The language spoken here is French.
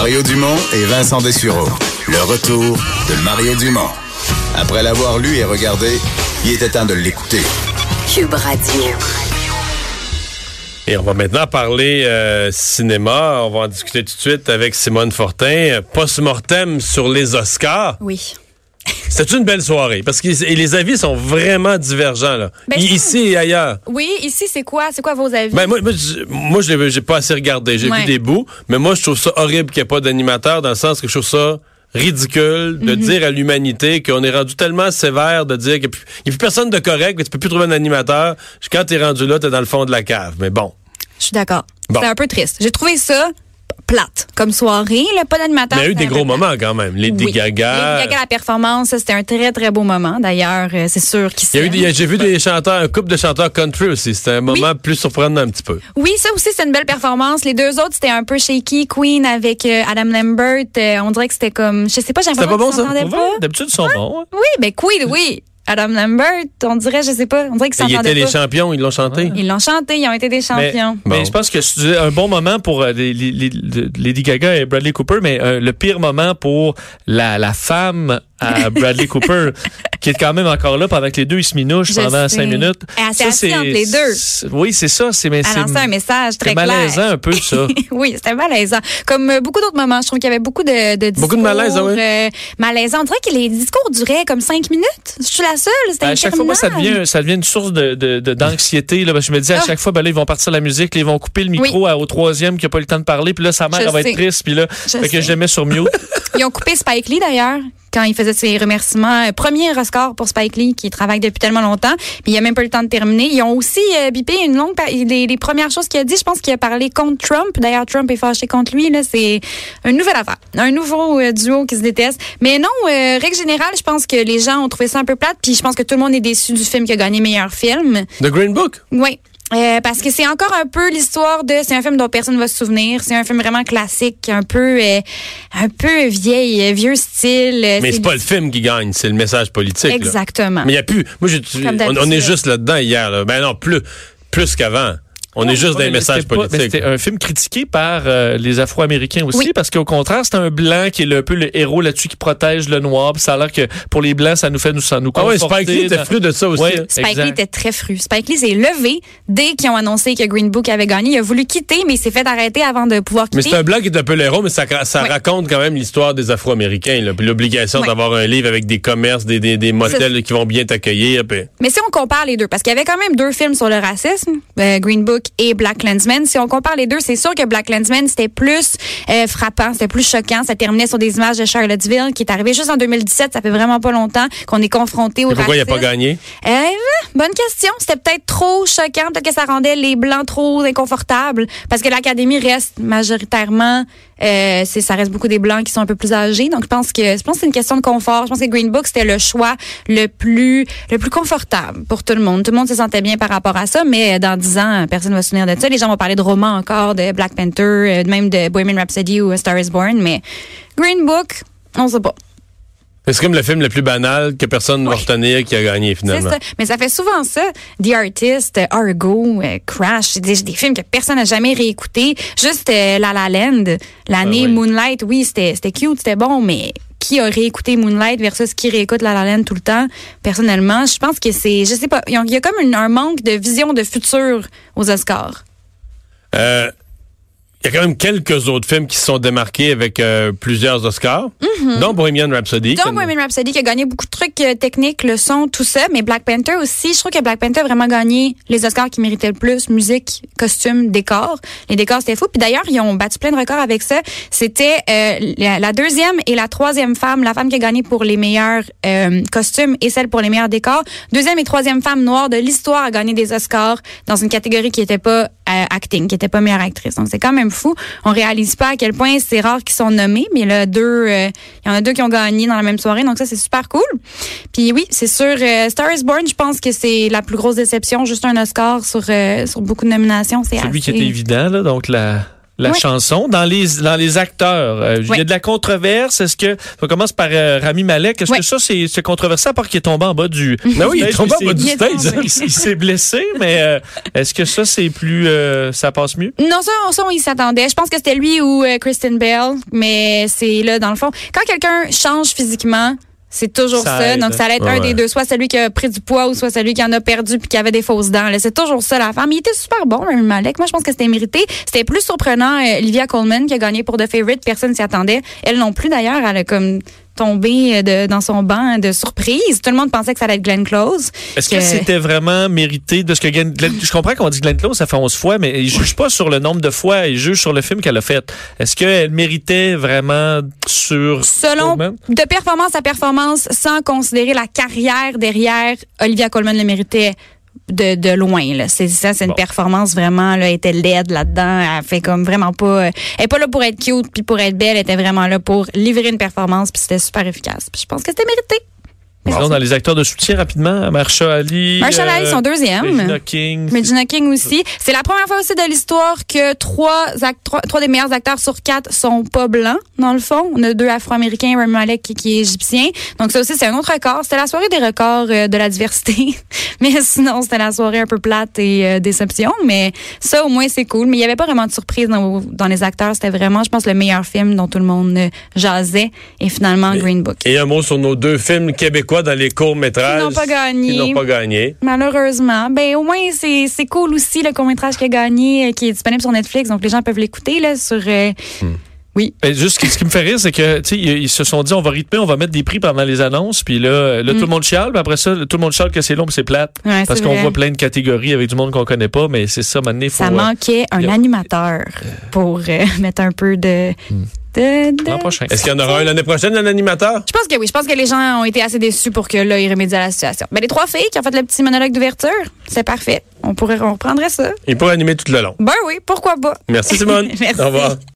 Mario Dumont et Vincent Dessureau. Le retour de Mario Dumont. Après l'avoir lu et regardé, il était temps de l'écouter. Cube Radio. Et on va maintenant parler cinéma. On va en discuter tout de suite avec Simone Fortin. Post-mortem sur les Oscars. Oui. C'est une belle soirée parce que les avis sont vraiment divergents là. Ici et ailleurs. Oui, ici c'est quoi vos avis? Ben moi j'ai pas assez regardé, j'ai vu des bouts, mais moi je trouve ça horrible qu'il n'y ait pas d'animateur dans le sens que je trouve ça ridicule de dire à l'humanité qu'on est rendu tellement sévère de dire qu'il n'y a plus personne de correct, que tu peux plus trouver un animateur. Quand t'es rendu là, t'es dans le fond de la cave. Mais bon. Je suis d'accord. Bon. C'était un peu triste. J'ai trouvé ça plate comme soirée, là, pas d'animateur. Mais il y a eu des gros moments quand même. Lady Gaga. Lady Gaga, la performance, ça, c'était un très très beau moment. D'ailleurs, c'est sûr qu'il j'ai vu des chanteurs, un couple de chanteurs country aussi. C'était un moment plus surprenant un petit peu. Oui, ça aussi c'est une belle performance. Les deux autres c'était un peu shaky. Queen avec Adam Lambert, on dirait que c'était comme, je sais pas, j'ai l'impression que ça s'entendait pas. D'habitude ils sont bons. Hein? Oui, ben Queen, oui. Adam Lambert, on dirait, je sais pas, on dirait qu'ils s'entendaient pas. Ils étaient les champions, ils l'ont chanté. Ils l'ont chanté, ils ont été des champions. Mais je pense que c'est un bon moment pour Lady Gaga et Bradley Cooper, mais le pire moment pour la femme à Bradley Cooper, qui est quand même encore là pendant que les deux ils se minouchent pendant 5 minutes. Elle s'est assise entre les deux. Oui, c'est ça. Elle lançait un message très clair. C'est malaisant un peu, ça. Oui, c'était malaisant. Comme beaucoup d'autres moments, je trouve qu'il y avait beaucoup de discours. Beaucoup de malaise, oui. Malaisant. On dirait que les discours duraient comme 5 minutes. Je suis la seule. C'était à chaque fois, moi, ça devient une source d'anxiété. Là, je me dis à chaque fois, là, ils vont partir la musique, là, ils vont couper le micro au troisième qui n'a pas eu le temps de parler, puis là, sa mère, elle va être triste, puis là, que je la mets sur mute. Ils ont coupé Spike Lee, d'ailleurs, quand il faisait ses remerciements. Premier Oscar pour Spike Lee, qui travaille depuis tellement longtemps. Puis il a même pas eu le temps de terminer. Ils ont aussi bipé une longue... Les premières choses qu'il a dit, je pense qu'il a parlé contre Trump. D'ailleurs, Trump est fâché contre lui. Là, c'est une nouvelle affaire. Un nouveau duo qui se déteste. Mais non, règle générale, je pense que les gens ont trouvé ça un peu plate. Puis je pense que tout le monde est déçu du film qui a gagné meilleur film. The Green Book? Oui. Parce que c'est encore un peu l'histoire c'est un film dont personne ne va se souvenir. C'est un film vraiment classique, un peu vieux style. Mais c'est pas le film qui gagne, c'est le message politique. Exactement. Là. Mais il y a plus. Moi, on est juste là-dedans hier. Là. Ben non, plus qu'avant. On est juste dans les messages politiques. C'était un film critiqué par les Afro-Américains aussi, parce qu'au contraire, c'est un blanc qui est un peu le héros là-dessus qui protège le noir. Puis ça a l'air que pour les blancs, ça nous conforter. Ah oui, Spike Lee était fru de ça aussi. Ouais, Spike Lee était très fru. Spike Lee s'est levé dès qu'ils ont annoncé que Green Book avait gagné. Il a voulu quitter, mais il s'est fait arrêter avant de pouvoir quitter. Mais c'est un blanc qui est un peu l'héros, mais ça raconte quand même l'histoire des Afro-Américains. Là, puis l'obligation d'avoir un livre avec des commerces, des motels qui vont bien t'accueillir. Puis... Mais si on compare les deux, parce qu'il y avait quand même 2 films sur le racisme, Green Book et BlacKkKlansman. Si on compare les deux, c'est sûr que BlacKkKlansman, c'était plus frappant, c'était plus choquant. Ça terminait sur des images de Charlottesville, qui est arrivé juste en 2017. Ça fait vraiment pas longtemps qu'on est confronté au racisme. Pourquoi il n'a pas gagné? Bonne question. C'était peut-être trop choquant. Peut-être que ça rendait les Blancs trop inconfortables. Parce que l'Académie reste majoritairement... ça reste beaucoup des Blancs qui sont un peu plus âgés. Donc, je pense que c'est une question de confort. Je pense que Green Book, c'était le choix le plus confortable pour tout le monde. Tout le monde se sentait bien par rapport à ça, mais dans 10 ans, personne ne va se souvenir de ça. Les gens vont parler de romans encore, de Black Panther, même de Bohemian Rhapsody ou A Star is Born, mais Green Book, on sait pas. C'est comme le film le plus banal que personne ne va retenir qui a gagné finalement. C'est ça. Mais ça fait souvent ça. The Artist, Argo, Crash, c'est des films que personne n'a jamais réécoutés. Juste La La Land, l'année Moonlight, oui, c'était cute, c'était bon, mais qui a réécouté Moonlight versus qui réécoute La La Land tout le temps? Personnellement, je pense que c'est, je sais pas, il y a comme un manque de vision de futur aux Oscars. Il y a quand même quelques autres films qui se sont démarqués avec plusieurs Oscars, dont Bohemian Rhapsody. Bohemian Rhapsody qui a gagné beaucoup de trucs techniques, le son, tout ça, mais Black Panther aussi. Je trouve que Black Panther a vraiment gagné les Oscars qui méritaient le plus, musique, costume, décor. Les décors, c'était fou. Puis d'ailleurs, ils ont battu plein de records avec ça. C'était la 2e et la 3e femme, la femme qui a gagné pour les meilleurs costumes et celle pour les meilleurs décors. 2e et 3e femme noire de l'histoire a gagné des Oscars dans une catégorie qui était pas acting, qui était pas meilleure actrice. Donc c'est quand même fou. On réalise pas à quel point c'est rare qu'ils sont nommés, mais là, il y en a 2 qui ont gagné dans la même soirée, donc ça, c'est super cool. Puis oui, c'est sûr, Star is Born, je pense que c'est la plus grosse déception, juste un Oscar sur beaucoup de nominations. C'est celui qui était évident, là, donc la chanson. Dans les acteurs, il y a de la controverse. Est-ce que on commence par Rami Malek? Est-ce que ça c'est controversé à part qu'il est tombé en bas du Non, oui, il est tombé en bas du stage. Il s'est blessé, mais est-ce que ça c'est plus ça passe mieux? Non, ça on y s'attendait. Je pense que c'était lui ou Kristen Bell, mais c'est là dans le fond. Quand quelqu'un change physiquement, c'est toujours ça. Donc, ça allait être un des deux. Soit celui qui a pris du poids ou soit celui qui en a perdu puis qui avait des fausses dents. Là. C'est toujours ça, la femme. Il était super bon, Rami Malek. Moi, je pense que c'était mérité. C'était plus surprenant, Olivia Colman, qui a gagné pour The Favourite. Personne s'y attendait. Elle non plus, d'ailleurs. Elle a comme tombé dans son banc de surprise. Tout le monde pensait que ça allait être Glenn Close. Est-ce que c'était vraiment mérité de ce que je comprends qu'on dit Glenn Close, ça fait 11 fois, mais il juge pas sur le nombre de fois, il juge sur le film qu'elle a fait. Est-ce qu'elle méritait vraiment selon de performance à performance, sans considérer la carrière derrière, Olivia Colman le méritait de loin, là. C'est une performance vraiment, là, elle était laide là-dedans. Elle fait comme vraiment pas, elle est pas là pour être cute puis pour être belle, elle était vraiment là pour livrer une performance puis c'était super efficace. Puis je pense que c'était mérité. Sinon, dans les acteurs de soutien, rapidement, Mahershala Ali, son deuxième. Regina King aussi. C'est la première fois aussi de l'histoire que trois des meilleurs acteurs sur 4 sont pas blancs, dans le fond. On a 2 Afro-Américains, Rami Malek qui est égyptien. Donc ça aussi, c'est un autre record. C'était la soirée des records de la diversité. Mais sinon, c'était la soirée un peu plate et déception. Mais ça, au moins, c'est cool. Mais il y avait pas vraiment de surprise dans les acteurs. C'était vraiment, je pense, le meilleur film dont tout le monde jasait. Et finalement, Green Book. Et un mot sur nos 2 films québécois dans les courts-métrages. Qui n'ont pas gagné. Malheureusement. Ben, au moins, c'est cool aussi, le court-métrage qui a gagné, qui est disponible sur Netflix. Donc, les gens peuvent l'écouter, là, sur... Oui. Ben, juste, ce qui me fait rire, c'est que, tu sais, ils se sont dit, on va rythmer, on va mettre des prix pendant les annonces, puis là, tout le monde chiale, puis après ça, tout le monde chiale que c'est long, puis c'est plate. Ouais, parce qu'on voit plein de catégories avec du monde qu'on connaît pas, mais c'est ça, maintenant, il faut... Ça manquait un animateur pour mettre un peu de... L'an prochain. Est-ce qu'il y en aura un l'année prochaine, un animateur? Je pense que oui. Je pense que les gens ont été assez déçus pour que là, ils remédient à la situation. Ben, les 3 filles qui ont fait le petit monologue d'ouverture, c'est parfait. On reprendrait ça. Il pourrait animer tout le long. Ben oui, pourquoi pas? Merci, Simone. Merci. Au revoir.